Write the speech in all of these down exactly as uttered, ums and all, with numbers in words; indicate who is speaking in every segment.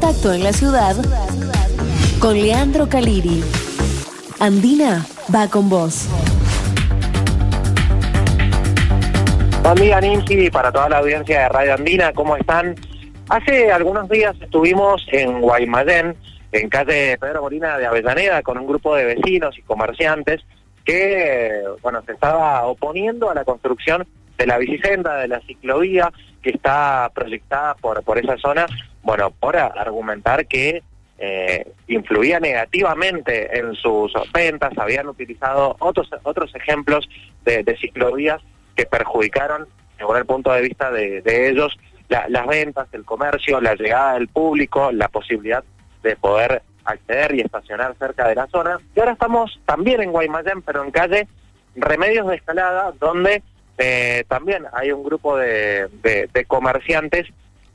Speaker 1: contacto en la ciudad con Leandro Caliri. Andina va con vos.
Speaker 2: Buen día, Nincy, para toda la audiencia de Radio Andina, ¿cómo están? Hace algunos días estuvimos en Guaymallén, en calle Pedro Molina de Avellaneda, con un grupo de vecinos y comerciantes que, bueno, se estaba oponiendo a la construcción de la bicicenda, de la ciclovía que está proyectada por, por esa zona, bueno, por argumentar que eh, influía negativamente en sus ventas. Habían utilizado otros otros ejemplos de, de ciclovías que perjudicaron, según el punto de vista de, de ellos, la, las ventas, el comercio, la llegada del público, la posibilidad de poder acceder y estacionar cerca de la zona. Y ahora estamos también en Guaymallén, pero en calle Remedios de Escalada, donde eh, también hay un grupo de, de, de comerciantes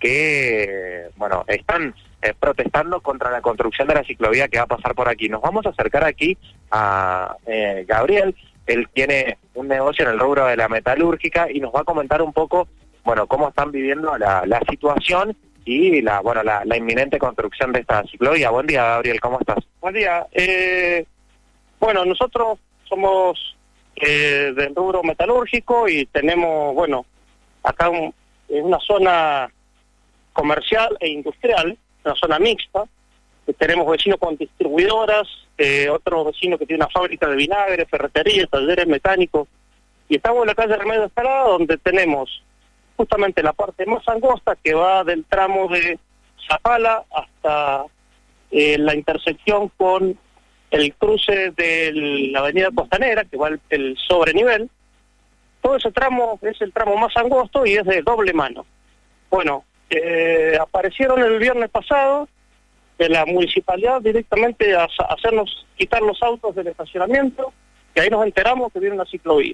Speaker 2: que, bueno, están eh, protestando contra la construcción de la ciclovía que va a pasar por aquí. Nos vamos a acercar aquí a eh, Gabriel. Él tiene un negocio en el rubro de la metalúrgica y nos va a comentar un poco, bueno, cómo están viviendo la, la situación y la, bueno, la, la inminente construcción de esta ciclovía. Buen día, Gabriel, ¿cómo estás?
Speaker 3: Buen día. Eh, bueno, nosotros somos eh, del rubro metalúrgico y tenemos, bueno, acá un, en una zona comercial e industrial, una zona mixta. Tenemos vecinos con distribuidoras, eh, otro vecino que tiene una fábrica de vinagre, ferretería, talleres mecánicos, y estamos en la calle Remedios de Escalada, donde tenemos justamente la parte más angosta que va del tramo de Zapala hasta eh, la intersección con el cruce de la avenida Costanera, que va el, el sobrenivel. Todo ese tramo es el tramo más angosto y es de doble mano. Bueno, eh, aparecieron el viernes pasado de la municipalidad directamente a, a hacernos quitar los autos del estacionamiento, y ahí nos enteramos que viene una ciclovía.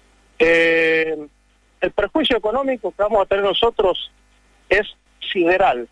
Speaker 3: Eh, el perjuicio económico que vamos a tener nosotros es sideral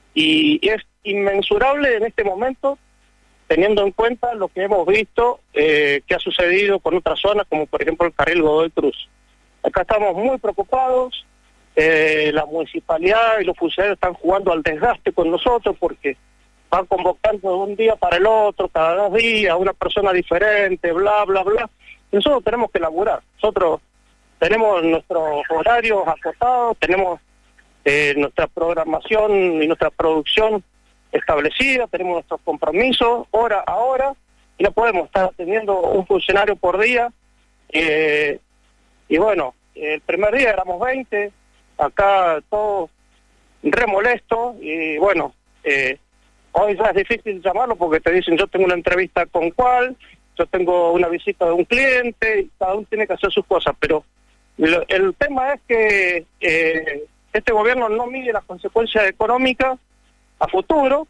Speaker 3: y es inmensurable en este momento, teniendo en cuenta lo que hemos visto eh, que ha sucedido con otras zonas, como por ejemplo el carril Godoy Cruz. Acá estamos muy preocupados, eh, la municipalidad y los funcionarios están jugando al desgaste con nosotros porque van convocando de un día para el otro, cada dos días, una persona diferente, bla, bla, bla. Y nosotros tenemos que laburar. Nosotros tenemos nuestros horarios acotados, tenemos eh, nuestra programación y nuestra producción establecida, tenemos nuestros compromisos hora a hora, y no podemos estar teniendo un funcionario por día. Eh, y bueno, el primer día éramos veinte, acá todos re molestos, y bueno, eh, hoy ya es difícil llamarlo porque te dicen yo tengo una entrevista con cuál, yo tengo una visita de un cliente, y cada uno tiene que hacer sus cosas, pero lo, el tema es que eh, este gobierno no mide las consecuencias económicas a futuro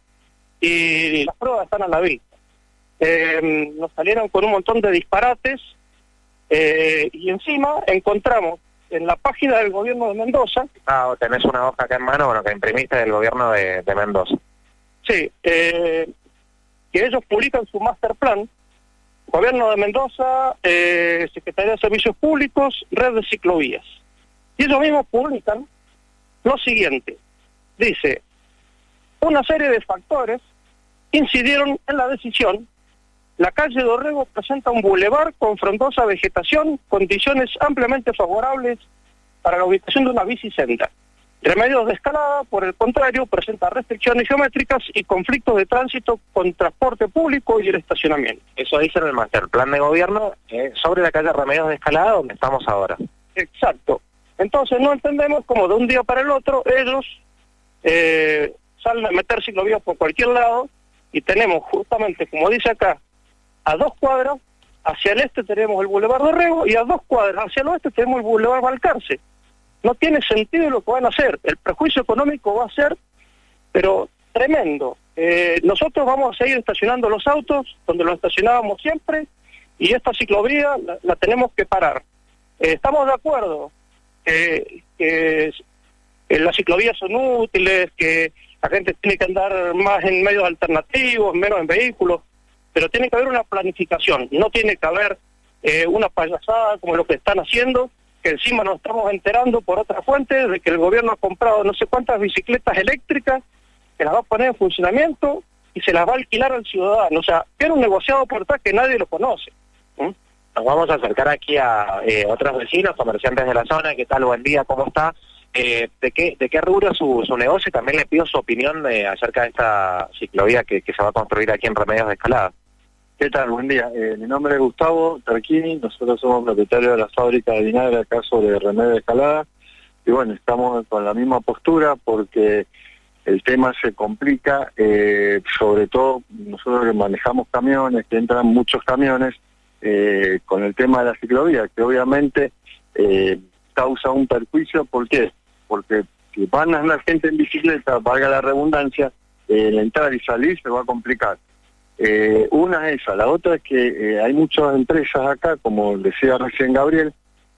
Speaker 3: y las pruebas están a la vista. Eh, nos salieron con un montón de disparates eh, y encima encontramos en la página del gobierno de Mendoza...
Speaker 2: Ah, tenés una hoja acá en mano, bueno, que imprimiste del gobierno de, de Mendoza.
Speaker 3: Sí, eh, que ellos publican su master plan, Gobierno de Mendoza, eh, Secretaría de Servicios Públicos, Red de Ciclovías. Y ellos mismos publican lo siguiente. Dice, una serie de factores incidieron en la decisión. La calle Dorrego presenta un bulevar con frondosa vegetación, condiciones ampliamente favorables para la ubicación de una bicicenda. Remedios de Escalada, por el contrario, presenta restricciones geométricas y conflictos de tránsito con transporte público y el estacionamiento.
Speaker 2: Eso dice en el master plan de gobierno eh, sobre la calle Remedios de Escalada, donde estamos ahora.
Speaker 3: Exacto. Entonces no entendemos cómo de un día para el otro ellos eh, salen a meter ciclovías por cualquier lado, y tenemos justamente, como dice acá, a dos cuadras, hacia el este tenemos el Boulevard Dorrego y a dos cuadras hacia el oeste tenemos el Boulevard Balcarce. No tiene sentido lo que van a hacer. El prejuicio económico va a ser, pero tremendo. Eh, nosotros vamos a seguir estacionando los autos donde los estacionábamos siempre, y esta ciclovía la, la tenemos que parar. Eh, estamos de acuerdo que, que, que las ciclovías son útiles, que la gente tiene que andar más en medios alternativos, menos en vehículos, pero tiene que haber una planificación. No tiene que haber eh, una payasada como lo que están haciendo, que encima nos estamos enterando por otra fuente de que el gobierno ha comprado no sé cuántas bicicletas eléctricas se las va a poner en funcionamiento y se las va a alquilar al ciudadano. O sea, era un negociado por atrás que nadie lo conoce. ¿Mm?
Speaker 2: Nos vamos a acercar aquí a eh, otros vecinos, comerciantes de la zona. ¿Qué tal? Buen día, ¿cómo está? Eh, ¿de qué de qué rubro es su, su negocio? También le pido su opinión eh, acerca de esta ciclovía que, que se va a construir aquí en Remedios de Escalada.
Speaker 4: ¿Qué tal? Buen día. Eh, mi nombre es Gustavo Tarquini, nosotros somos propietarios de la fábrica de vinagre acá sobre Remedios de Escalada, y bueno, estamos con la misma postura porque el tema se complica, eh, sobre todo nosotros que manejamos camiones, que entran muchos camiones, eh, con el tema de la ciclovía, que obviamente eh, causa un perjuicio. ¿Por qué? Porque si van a andar gente en bicicleta, valga la redundancia, eh, el entrar y salir se va a complicar. Eh, una es esa, la otra es que eh, hay muchas empresas acá, como decía recién Gabriel,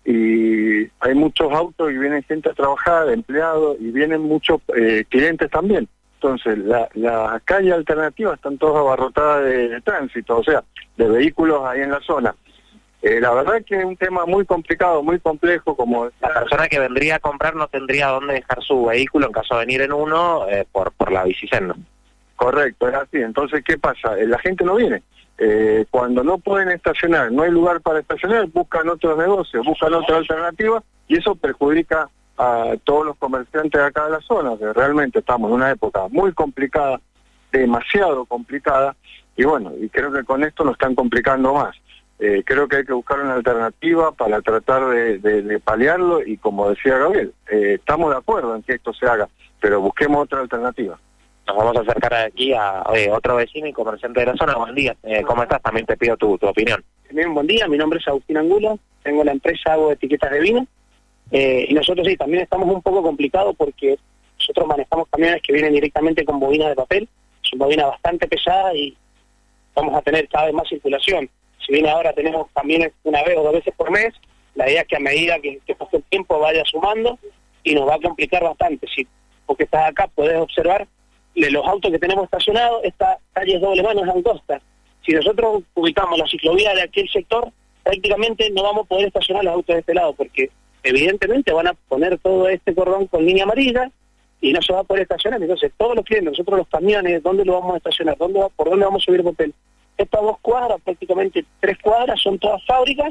Speaker 4: y hay muchos autos y vienen gente a trabajar, empleados, y vienen muchos eh, clientes también. Entonces, las la calles alternativas están todas abarrotadas de, de tránsito, o sea, de vehículos ahí en la zona. Eh, la verdad que es un tema muy complicado, muy complejo, como...
Speaker 2: La persona que vendría a comprar no tendría dónde dejar su vehículo en caso de venir en uno eh, por, por la bicicenda.
Speaker 4: Correcto, es así. Entonces, ¿qué pasa? Eh, la gente no viene. Eh, cuando no pueden estacionar, no hay lugar para estacionar, buscan otros negocios, buscan otra alternativa, y eso perjudica a todos los comerciantes de acá de la zona, que realmente estamos en una época muy complicada, demasiado complicada, y bueno, y creo que con esto nos están complicando más. Eh, creo que hay que buscar una alternativa para tratar de, de, de paliarlo, y como decía Gabriel, eh, estamos de acuerdo en que esto se haga, pero busquemos otra alternativa.
Speaker 2: Nos vamos a acercar aquí a eh, otro vecino y comerciante de la zona. Buen día, eh, ¿cómo estás? También te pido tu, tu opinión.
Speaker 3: Bien, buen día, mi nombre es Agustín Angulo, tengo la empresa, hago etiquetas de vino, eh, y nosotros sí, también estamos un poco complicados porque nosotros manejamos camiones que vienen directamente con bobinas de papel, son bobinas bastante pesadas y vamos a tener cada vez más circulación. Si bien ahora tenemos camiones una vez o dos veces por mes, la idea es que a medida que, que pase el tiempo vaya sumando y nos va a complicar bastante. Si porque estás acá, podés observar de los autos que tenemos estacionados, esta calle es doble mano, es angosta. Si nosotros ubicamos la ciclovía de aquel sector, prácticamente no vamos a poder estacionar los autos de este lado, porque evidentemente van a poner todo este cordón con línea amarilla y no se va a poder estacionar. Entonces, todos los clientes, nosotros los camiones, ¿dónde lo vamos a estacionar? ¿Dónde va, ¿Por dónde vamos a subir el papel? Estas dos cuadras, prácticamente tres cuadras, son todas fábricas,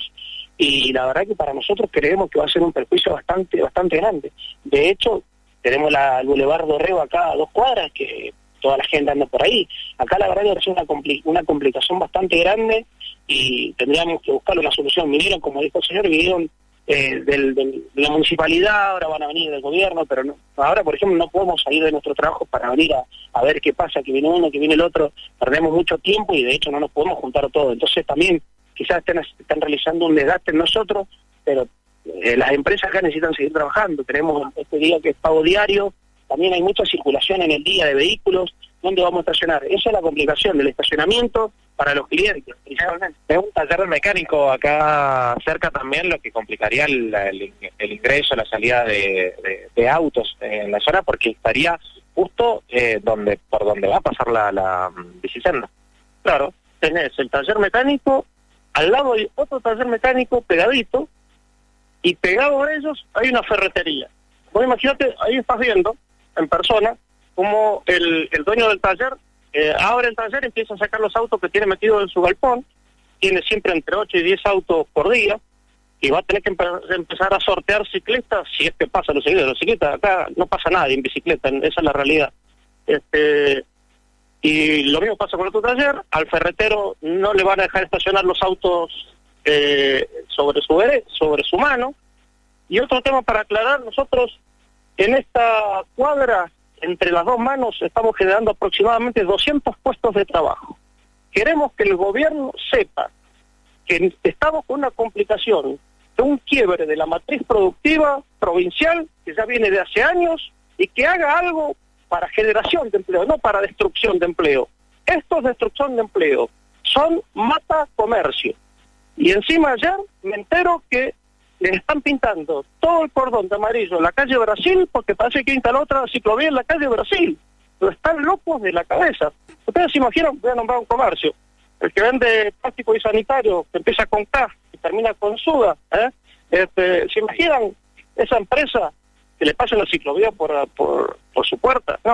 Speaker 3: y la verdad que para nosotros creemos que va a ser un perjuicio bastante bastante grande. De hecho, tenemos la, el Boulevard Dorrego acá a dos cuadras, que toda la gente anda por ahí. Acá la verdad que es una, compli una complicación bastante grande y tendríamos que buscar una solución. Vinieron, como dijo el señor, vinieron eh, del, del, de la municipalidad, ahora van a venir del gobierno, pero no, ahora, por ejemplo, no podemos salir de nuestro trabajo para venir a, a ver qué pasa, que viene uno, que viene el otro. Perdemos mucho tiempo y de hecho no nos podemos juntar todos. Entonces también quizás estén, están realizando un desgaste en nosotros, pero Eh, las empresas acá necesitan seguir trabajando. Tenemos este día que es pago diario, también hay mucha circulación en el día de vehículos. ¿Dónde vamos a estacionar? Esa es la complicación del estacionamiento para los clientes, principalmente.
Speaker 2: Es un taller mecánico acá cerca también, lo que complicaría el, el, el ingreso, la salida de, de, de autos en la zona, porque estaría justo eh, donde por donde va a pasar la, la bicicenda.
Speaker 3: Claro, tenés el taller mecánico, al lado hay otro taller mecánico pegadito, y pegado a ellos hay una ferretería. Vos imagínate, ahí estás viendo, en persona, como el, el dueño del taller eh, abre el taller y empieza a sacar los autos que tiene metidos en su galpón. Tiene siempre entre ocho y diez autos por día, y va a tener que empe empezar a sortear ciclistas, si es que pasa los seguidores. Los ciclistas, acá no pasa nadie en bicicleta, esa es la realidad. Este, y lo mismo pasa con otro taller, al ferretero no le van a dejar estacionar los autos Eh, sobre su sobre su mano. Y otro tema para aclarar, nosotros en esta cuadra, entre las dos manos, estamos generando aproximadamente doscientos puestos de trabajo. Queremos que el gobierno sepa que estamos con una complicación, de un quiebre de la matriz productiva provincial, que ya viene de hace años, y que haga algo para generación de empleo, no para destrucción de empleo. Esto es destrucción de empleo, son mata comercio. Y encima ayer me entero que les están pintando todo el cordón de amarillo en la calle Brasil, porque parece que instala otra ciclovía en la calle Brasil. Pero están locos de la cabeza. Ustedes se imaginan, voy a nombrar un comercio, el que vende plástico y sanitario, que empieza con K y termina con Suda, ¿eh? Este, ¿se imaginan esa empresa que le pase la ciclovía por, por, por su puerta? No,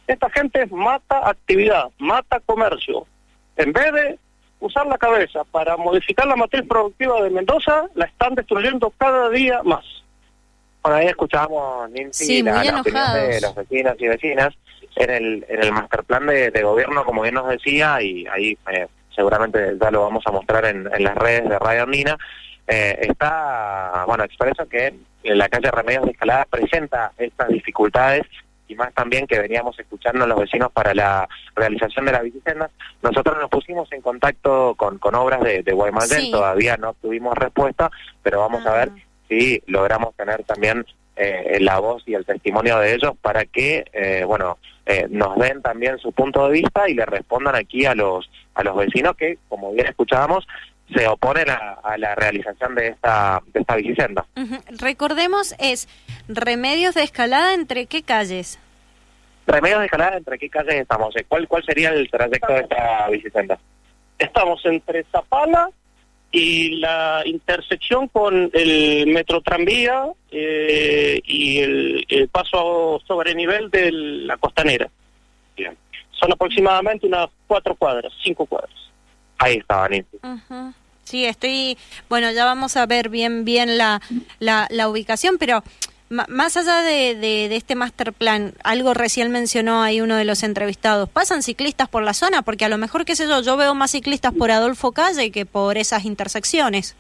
Speaker 3: esta gente mata actividad, mata comercio. En vez de usar la cabeza para modificar la matriz productiva de Mendoza, la están destruyendo cada día más.
Speaker 2: Bueno, ahí escuchábamos, Nincy,
Speaker 5: sí,
Speaker 2: la,
Speaker 5: muy
Speaker 2: la opinión
Speaker 5: enojados.
Speaker 2: de los vecinos y vecinas en el en el master plan de, de gobierno, como bien nos decía, y ahí eh, seguramente ya lo vamos a mostrar en, en las redes de Radio Andina. Eh, está, bueno, expresa que en la calle Remedios de Escalada presenta estas dificultades, y más también que veníamos escuchando a los vecinos para la realización de la bicicenda. Nosotros nos pusimos en contacto con, con obras de, de Guaymallén,
Speaker 5: Sí.
Speaker 2: todavía no tuvimos respuesta, pero vamos
Speaker 5: Ah.
Speaker 2: a ver si logramos tener también eh, la voz y el testimonio de ellos para que, eh, bueno, eh, nos den también su punto de vista y le respondan aquí a los a los vecinos que, como bien escuchábamos, se oponen a, a la realización de esta de esta bicicenda.
Speaker 5: Uh-huh. Recordemos, es Remedios de Escalada, ¿entre qué calles?
Speaker 2: Remedios de Escalada, ¿entre qué calles estamos? ¿Cuál cuál sería el trayecto de esta bicicenda?
Speaker 3: Estamos entre Zapala y la intersección con el metro tranvía eh, y el, el paso sobre nivel de la costanera.
Speaker 2: Bien.
Speaker 3: Son aproximadamente unas cuatro cuadras, cinco cuadras.
Speaker 2: Ahí estaba, Nincy.
Speaker 5: Uh-huh. Sí, estoy... Bueno, ya vamos a ver bien bien la, la, la ubicación, pero ma- más allá de, de, de este master plan, algo recién mencionó ahí uno de los entrevistados, ¿pasan ciclistas por la zona? Porque a lo mejor, qué sé yo, yo veo más ciclistas por Adolfo Calle que por esas intersecciones.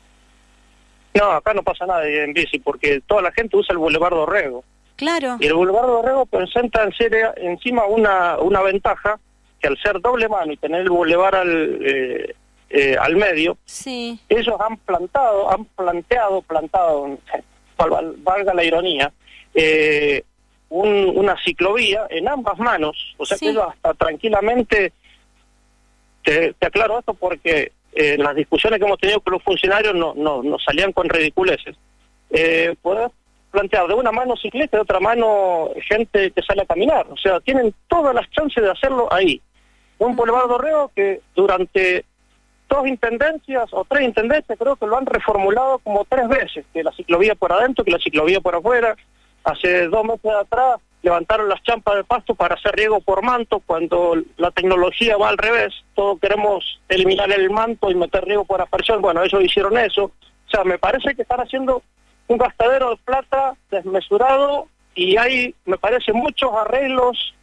Speaker 3: No, acá no pasa nada en bici porque toda la gente usa el Boulevard Dorrego.
Speaker 5: Claro.
Speaker 3: Y el Boulevard Dorrego presenta en serio, encima una, una ventaja que al ser doble mano y tener el Boulevard al, eh, eh, al medio,
Speaker 5: Sí.
Speaker 3: ellos han plantado, han planteado, plantado, val- valga la ironía, eh, un, una ciclovía en ambas manos. O sea
Speaker 5: Sí.
Speaker 3: que ellos hasta tranquilamente, te, te aclaro esto porque eh, las discusiones que hemos tenido con los funcionarios no, no, no salían con ridiculeces. Eh, poder plantear de una mano ciclista y de otra mano gente que sale a caminar. O sea, tienen todas las chances de hacerlo ahí. Un Boulevard Dorrego que durante dos intendencias o tres intendencias creo que lo han reformulado como tres veces, que la ciclovía por adentro, que la ciclovía por afuera. Hace dos meses atrás levantaron las champas de pasto para hacer riego por manto, cuando la tecnología va al revés. Todos queremos eliminar el manto y meter riego por aspersión. Bueno, ellos hicieron eso. O sea, me parece que están haciendo un gastadero de plata desmesurado y hay, me parece, muchos arreglos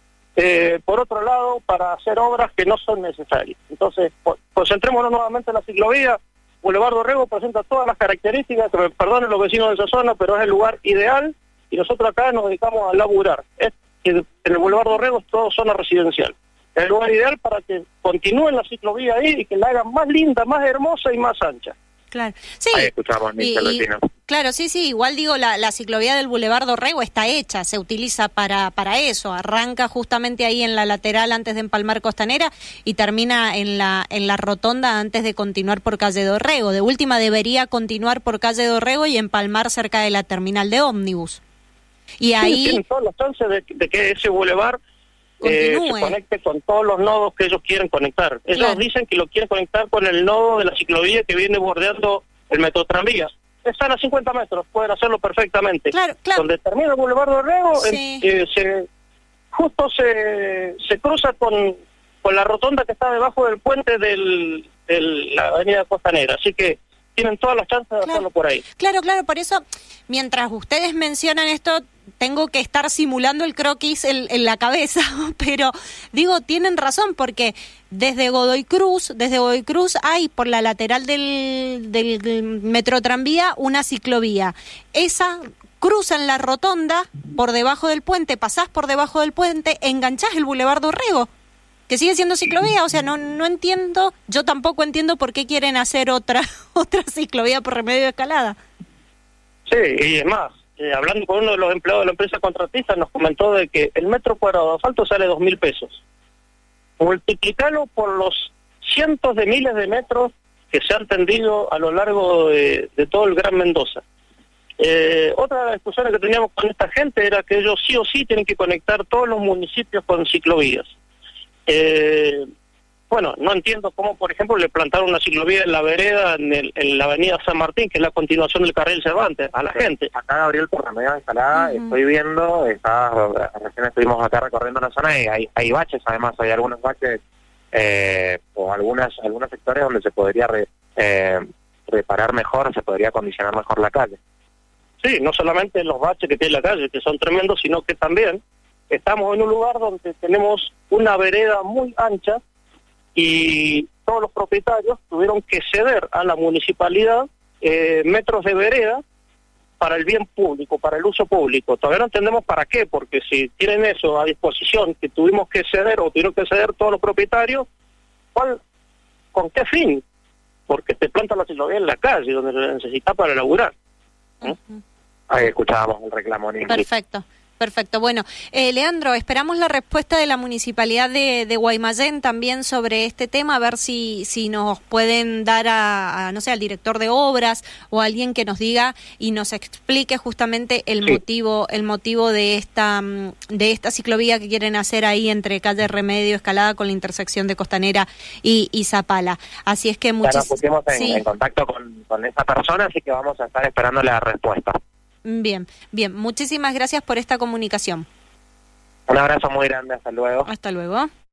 Speaker 3: eh, por otro lado para hacer obras que no son necesarias. Entonces, po- concentrémonos nuevamente en la ciclovía. Boulevard Dorrego presenta todas las características, que me perdonen los vecinos de esa zona, pero es el lugar ideal y nosotros acá nos dedicamos a laburar. Es que en el Boulevard Dorrego es todo zona residencial. Es el lugar ideal para que continúen la ciclovía ahí y que la hagan más linda, más hermosa y más ancha.
Speaker 5: Claro. Sí.
Speaker 2: Ahí escuchamos, Nincy, al
Speaker 5: Y- y-
Speaker 2: vecino.
Speaker 5: Claro, sí, sí, igual digo, la, la ciclovía del Boulevard Dorrego está hecha, se utiliza para, para eso, arranca justamente ahí en la lateral antes de empalmar Costanera y termina en la, en la rotonda antes de continuar por calle Dorrego. De última debería continuar por calle Dorrego y empalmar cerca de la terminal de ómnibus. Y
Speaker 3: Sí,
Speaker 5: ahí
Speaker 3: tienen todas las chances de, de que ese bulevar eh,
Speaker 5: Continúe.
Speaker 3: se conecte con todos los nodos que ellos quieren conectar. Ellos
Speaker 5: Claro.
Speaker 3: dicen que lo quieren conectar con el nodo de la ciclovía que viene bordeando el metro tranvía. Están a cincuenta metros, pueden hacerlo perfectamente.
Speaker 5: Claro, claro.
Speaker 3: Donde termina el Boulevard Dorrego,
Speaker 5: Sí.
Speaker 3: en- eh, se, justo se, se cruza con, con la rotonda que está debajo del puente de la avenida Costanera. Así que tienen todas las chances de
Speaker 5: Claro.
Speaker 3: hacerlo por ahí.
Speaker 5: Claro, claro, por eso, mientras ustedes mencionan esto, tengo que estar simulando el croquis en, en la cabeza, pero digo, tienen razón, porque desde Godoy Cruz, desde Godoy Cruz hay por la lateral del, del metro tranvía una ciclovía. Esa cruza en la rotonda, por debajo del puente, pasás por debajo del puente, enganchás el Boulevard Dorrego, que sigue siendo ciclovía. O sea, no no entiendo, yo tampoco entiendo por qué quieren hacer otra otra ciclovía por Remedio de Escalada.
Speaker 3: Sí, y es más, eh, hablando con uno de los empleados de la empresa contratista, nos comentó de que el metro cuadrado de asfalto sale dos mil pesos. Multiplicarlo por los cientos de miles de metros que se han tendido a lo largo de, de todo el Gran Mendoza. Eh, otra de las discusiones que teníamos con esta gente era que ellos sí o sí tienen que conectar todos los municipios con ciclovías. Eh, bueno, no entiendo cómo, por ejemplo, le plantaron una ciclovía en la vereda, en, el, en la avenida San Martín, que es la continuación del carril Cervantes, a la gente.
Speaker 2: Acá, Gabriel, por Remedio de Escalada, uh-huh. estoy viendo, está, recién estuvimos acá recorriendo la zona y hay, hay baches, además, hay algunos baches eh, o algunas algunos sectores donde se podría re, eh, reparar mejor, se podría acondicionar mejor la calle.
Speaker 3: Sí, no solamente los baches que tiene la calle, que son tremendos, sino que también estamos en un lugar donde tenemos una vereda muy ancha y todos los propietarios tuvieron que ceder a la municipalidad eh, metros de vereda para el bien público, para el uso público. Todavía no entendemos para qué, porque si tienen eso a disposición, que tuvimos que ceder o tuvieron que ceder todos los propietarios, ¿cuál, ¿con qué fin? Porque te plantan la ciclovía en la calle, donde se necesita para laburar. ¿Eh?
Speaker 5: Uh-huh.
Speaker 2: Ahí escuchábamos el reclamo.
Speaker 5: Perfecto. Perfecto. Bueno, eh, Leandro, esperamos la respuesta de la Municipalidad de, de Guaymallén también sobre este tema, a ver si, si nos pueden dar a, a, no sé, al director de obras o a alguien que nos diga y nos explique justamente el sí. motivo el motivo de esta de esta ciclovía que quieren hacer ahí entre calle Remedio Escalada con la intersección de Costanera y, y Zapala. Así es que muchas...
Speaker 2: Ya nos pusimos en,
Speaker 5: sí.
Speaker 2: en contacto con, con esa persona, así que vamos a estar esperando la respuesta.
Speaker 5: Bien, bien. Muchísimas gracias por esta comunicación.
Speaker 2: Un abrazo muy grande. Hasta luego.
Speaker 5: Hasta luego.